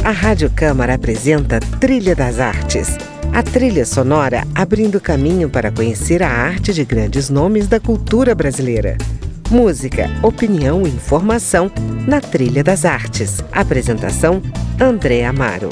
A Rádio Câmara apresenta Trilha das Artes. A trilha sonora abrindo caminho para conhecer a arte de grandes nomes da cultura brasileira. Música, opinião e informação na Trilha das Artes. Apresentação, André Amaro.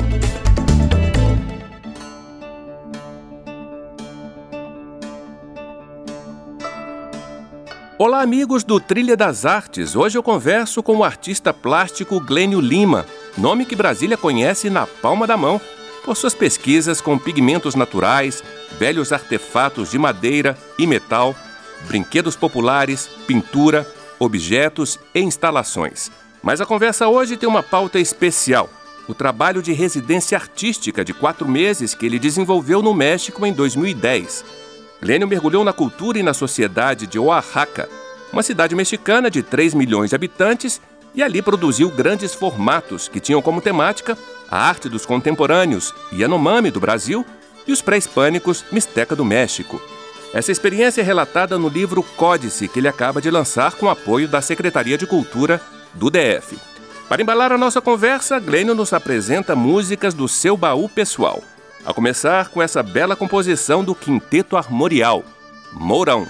Olá, amigos do Trilha das Artes. Hoje eu converso com o artista plástico Glênio Lima, nome que Brasília conhece na palma da mão, por suas pesquisas com pigmentos naturais, velhos artefatos de madeira e metal, brinquedos populares, pintura, objetos e instalações. Mas a conversa hoje tem uma pauta especial: o trabalho de residência artística de 4 meses que ele desenvolveu no México em 2010. Glênio mergulhou na cultura e na sociedade de Oaxaca, uma cidade mexicana de 3 milhões de habitantes, e ali produziu grandes formatos que tinham como temática a arte dos contemporâneos Yanomami do Brasil e os pré-hispânicos Mixteca do México. Essa experiência é relatada no livro Códice, que ele acaba de lançar com apoio da Secretaria de Cultura do DF. Para embalar a nossa conversa, Glênio nos apresenta músicas do seu baú pessoal, a começar com essa bela composição do Quinteto Armorial, Mourão.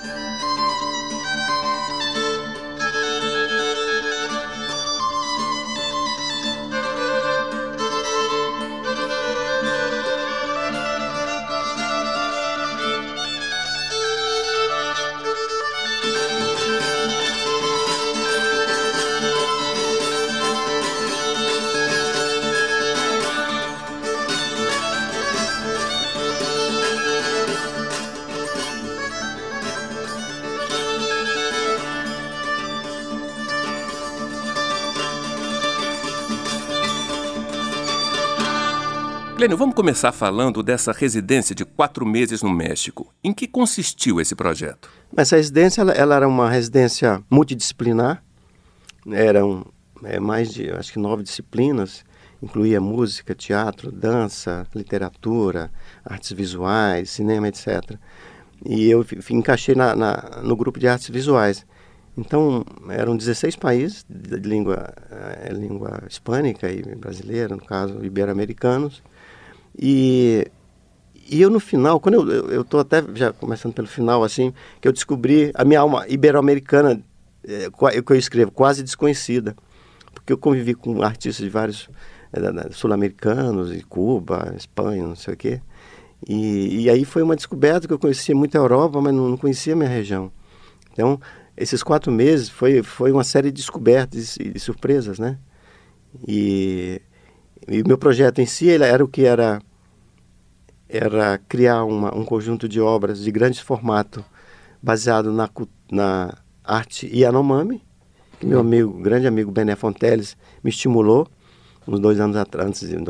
Glênio, vamos começar falando dessa residência de 4 meses no México. Em que consistiu esse projeto? Essa residência ela era uma residência multidisciplinar. Eram mais de, acho que 9 disciplinas. Incluía música, teatro, dança, literatura, artes visuais, cinema, etc. E eu encaixei no grupo de artes visuais. Então, eram 16 países de língua hispânica e brasileira, no caso, ibero-americanos. E eu no final, quando eu estou até já começando pelo final, assim, que eu descobri a minha alma ibero-americana, que eu escrevo, quase desconhecida, porque eu convivi com artistas de vários sul-americanos, de Cuba, Espanha, não sei o quê, e aí foi uma descoberta que eu conhecia muito a Europa, mas não conhecia a minha região. Então, esses 4 meses foi uma série de descobertas e de surpresas, né? E o meu projeto em si era o que era criar um conjunto de obras de grande formato baseado na arte Yanomami, que meu grande amigo Bené Fonteles me estimulou uns 2 anos atrás, em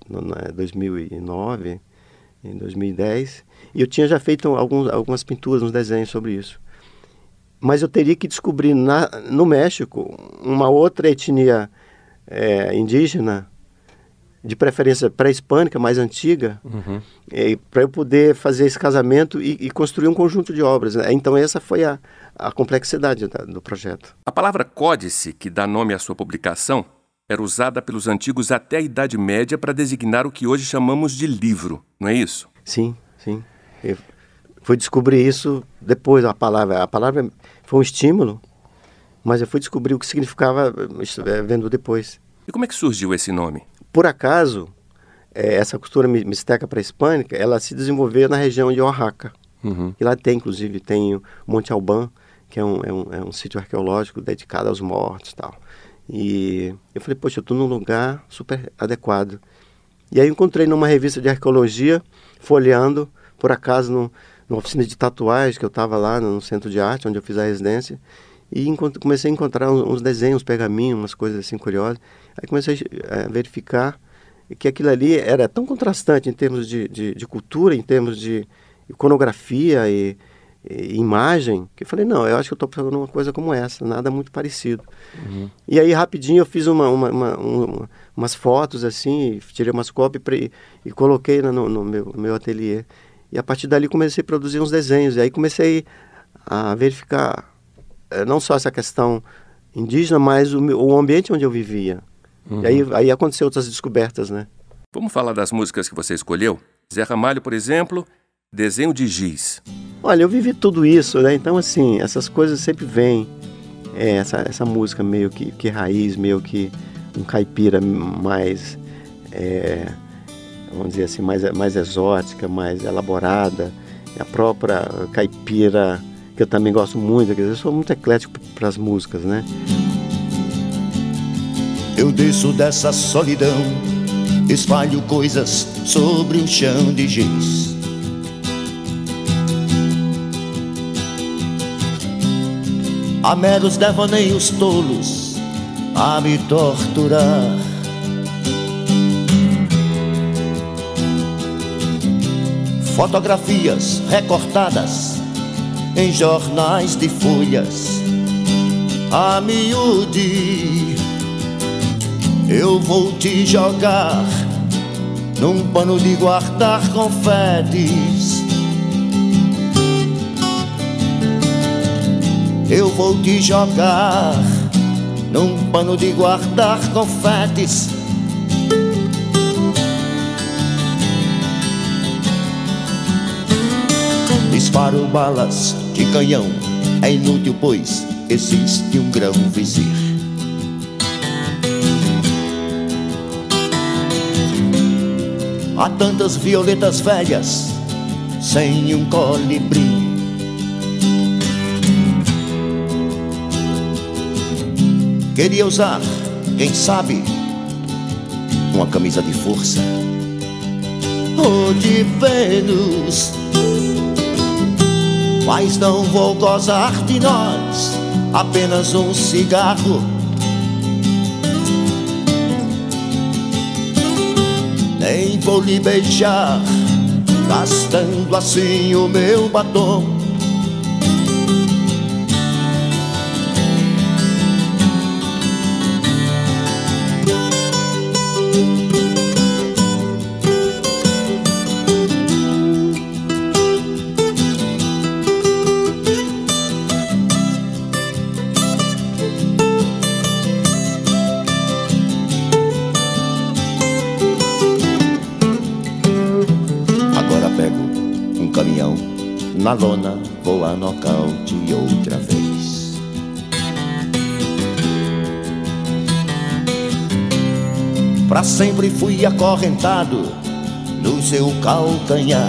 2009, em 2010, e eu tinha já feito algumas pinturas, uns desenhos sobre isso. Mas eu teria que descobrir no México uma outra etnia indígena, de preferência pré-hispânica, mais antiga, para eu poder fazer esse casamento e construir um conjunto de obras. Então essa foi a complexidade do projeto. A palavra códice, que dá nome à sua publicação, era usada pelos antigos até a Idade Média para designar o que hoje chamamos de livro, não é isso? Sim. Eu fui descobrir isso depois. A palavra foi um estímulo, mas eu fui descobrir o que significava vendo depois. E como é que surgiu esse nome? Por acaso, essa cultura mixteca pré-hispânica, ela se desenvolveu na região de Oaxaca. E lá inclusive, tem o Monte Albán, que é um sítio arqueológico dedicado aos mortos e tal. E eu falei, poxa, eu estou num lugar super adequado. E aí eu encontrei numa revista de arqueologia, folheando, por acaso, numa oficina de tatuagem, que eu estava lá no Centro de Arte, onde eu fiz a residência, e comecei a encontrar uns desenhos, uns pergaminhos, umas coisas assim curiosas. Aí comecei a verificar que aquilo ali era tão contrastante em termos de cultura, em termos de iconografia e imagem, que eu falei, não, eu acho que eu estou fazendo uma coisa como essa, nada muito parecido. E aí rapidinho eu fiz umas fotos assim, tirei umas cópias e coloquei no meu ateliê. E a partir dali comecei a produzir uns desenhos, e aí comecei a verificar não só essa questão indígena, mas o ambiente onde eu vivia. E aí aconteceu outras descobertas, né? Vamos falar das músicas que você escolheu? Zé Ramalho, por exemplo, Desenho de Giz. Olha, eu vivi tudo isso, né? Então, assim, essas coisas sempre vêm. Essa música meio que raiz, meio que um caipira mais, vamos dizer assim, mais exótica, mais elaborada. A própria caipira, que eu também gosto muito, quer dizer, eu sou muito eclético para as músicas, né? Eu desço dessa solidão, espalho coisas sobre um chão de giz. Há meros devaneios tolos a me torturar. Fotografias recortadas em jornais de folhas a miúde. Eu vou te jogar num pano de guardar confetes. Eu vou te jogar num pano de guardar confetes. Disparo balas de canhão, é inútil pois existe um grão vizir. Há tantas violetas velhas sem um colibri. Queria usar, quem sabe, uma camisa de força ou de Vênus, mas não vou gozar de nós, apenas um cigarro. Nem vou lhe beijar, gastando assim o meu batom. Na lona vou a nocaute outra vez. Pra sempre fui acorrentado no seu calcanhar.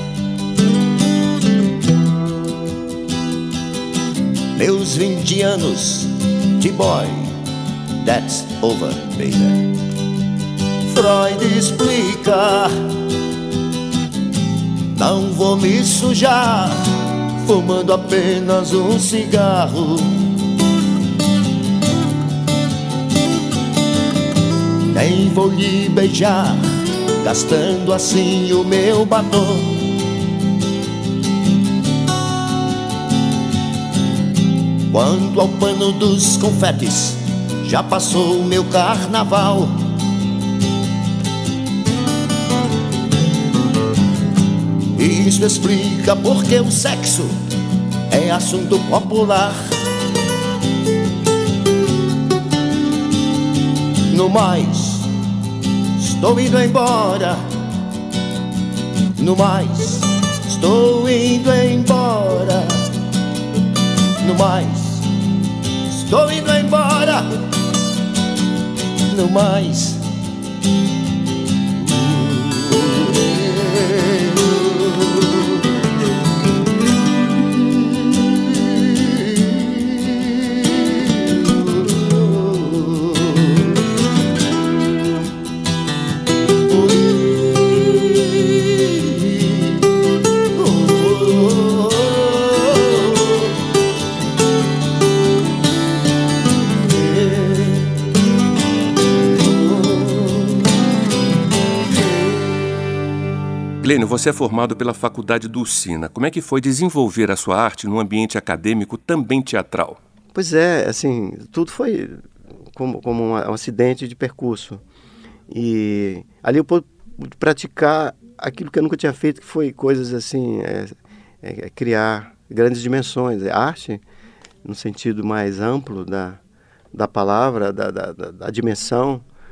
Meus 20 anos de boy, that's over, baby. Freud explica. Não vou me sujar fumando apenas um cigarro. Nem vou lhe beijar, gastando assim o meu batom. Quanto ao pano dos confetes, já passou o meu carnaval. Isso explica porque o sexo é assunto popular. No mais, estou indo embora. No mais, estou indo embora. No mais, estou indo embora. No mais. Glênio, você é formado pela Faculdade do Sina. Como é que foi desenvolver a sua arte num ambiente acadêmico também teatral? Pois é, assim, tudo foi como um acidente de percurso. E ali eu pude praticar aquilo que eu nunca tinha feito, que foi coisas assim, criar grandes dimensões. Arte, no sentido mais amplo da palavra, da dimensão,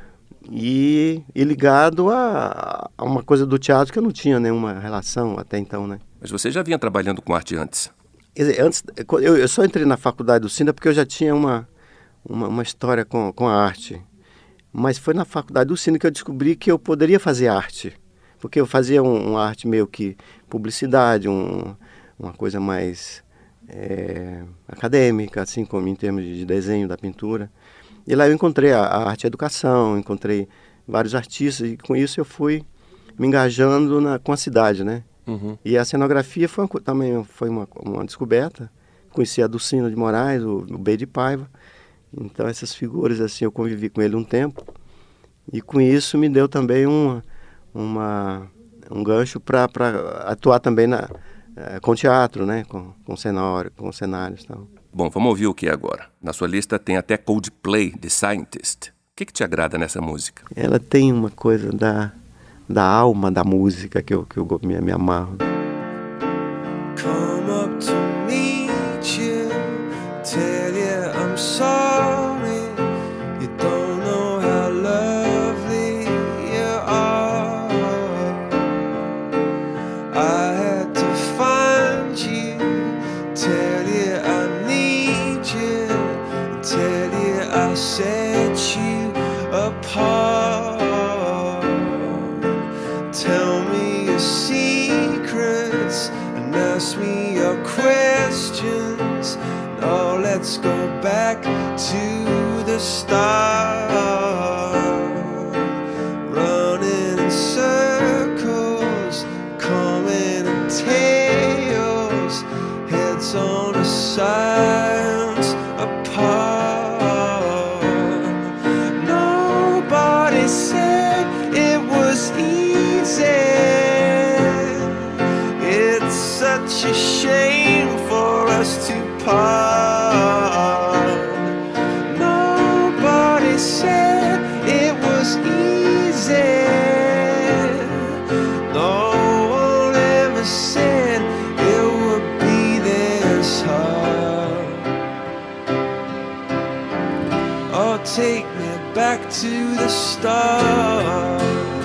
e ligado a uma coisa do teatro que eu não tinha nenhuma relação até então, né? Mas você já vinha trabalhando com arte antes? Quer dizer, antes, eu só entrei na faculdade do Sina porque eu já tinha uma história com a arte. Mas foi na faculdade do Sina que eu descobri que eu poderia fazer arte. Porque eu fazia uma arte meio que publicidade, uma coisa mais acadêmica, assim, como em termos de desenho, da pintura. E lá eu encontrei a arte e a educação, encontrei vários artistas, e com isso eu fui me engajando com a cidade, né? Uhum. E a cenografia também foi uma descoberta. Conheci a Dulcino de Moraes, o B de Paiva. Então essas figuras, assim, eu convivi com ele um tempo. E com isso me deu também um gancho para atuar também com teatro, né? Com cenários e tal. Bom, vamos ouvir o que agora? Na sua lista tem até Coldplay, The Scientist. O que te agrada nessa música? Ela tem uma coisa da alma da música que eu me amarro. Come up to meet you, tell you I'm sorry, you don't know how lovely you are. I had to find you, tell you I need you, tell you I set you apart. Tell me your secrets and ask me your questions. Now let's go back to the start. Running in circles, coming in tails, heads on the sides apart. Nobody said it was easy. It's such a shame for us to part. Nobody said it was easy. No one ever said it would be this hard. Oh, take me back to the start.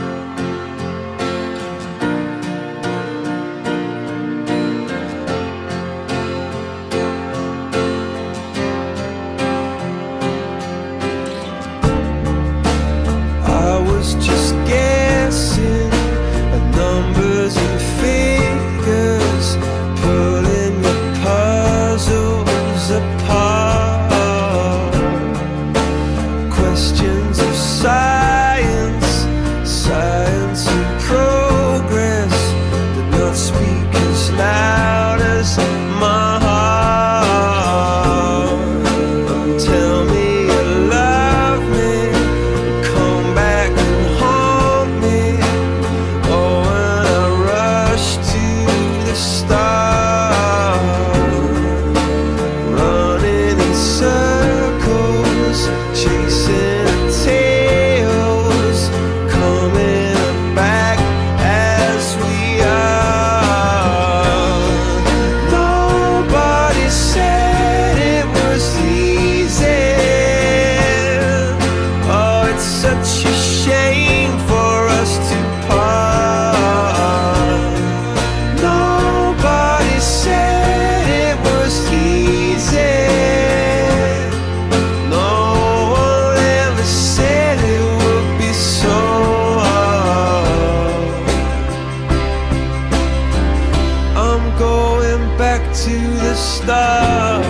Just guessing at numbers and figures, pulling the puzzles apart. Questions of science, science and progress did not speak as loud as my heart. Tell me you love me, come back and haunt me. Oh, when I rush to the start, running in circles, chasing tails, coming back as we are. Nobody said it was easy. Oh, it's such a shame for us to part. Nobody said it was easy. No one ever said it would be so hard. I'm going back to the start.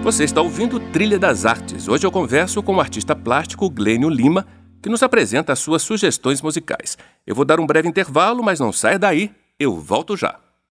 Você está ouvindo Trilha das Artes. Hoje eu converso com o artista plástico Glênio Lima, que nos apresenta as suas sugestões musicais. Eu vou dar um breve intervalo, mas não saia daí, eu volto já.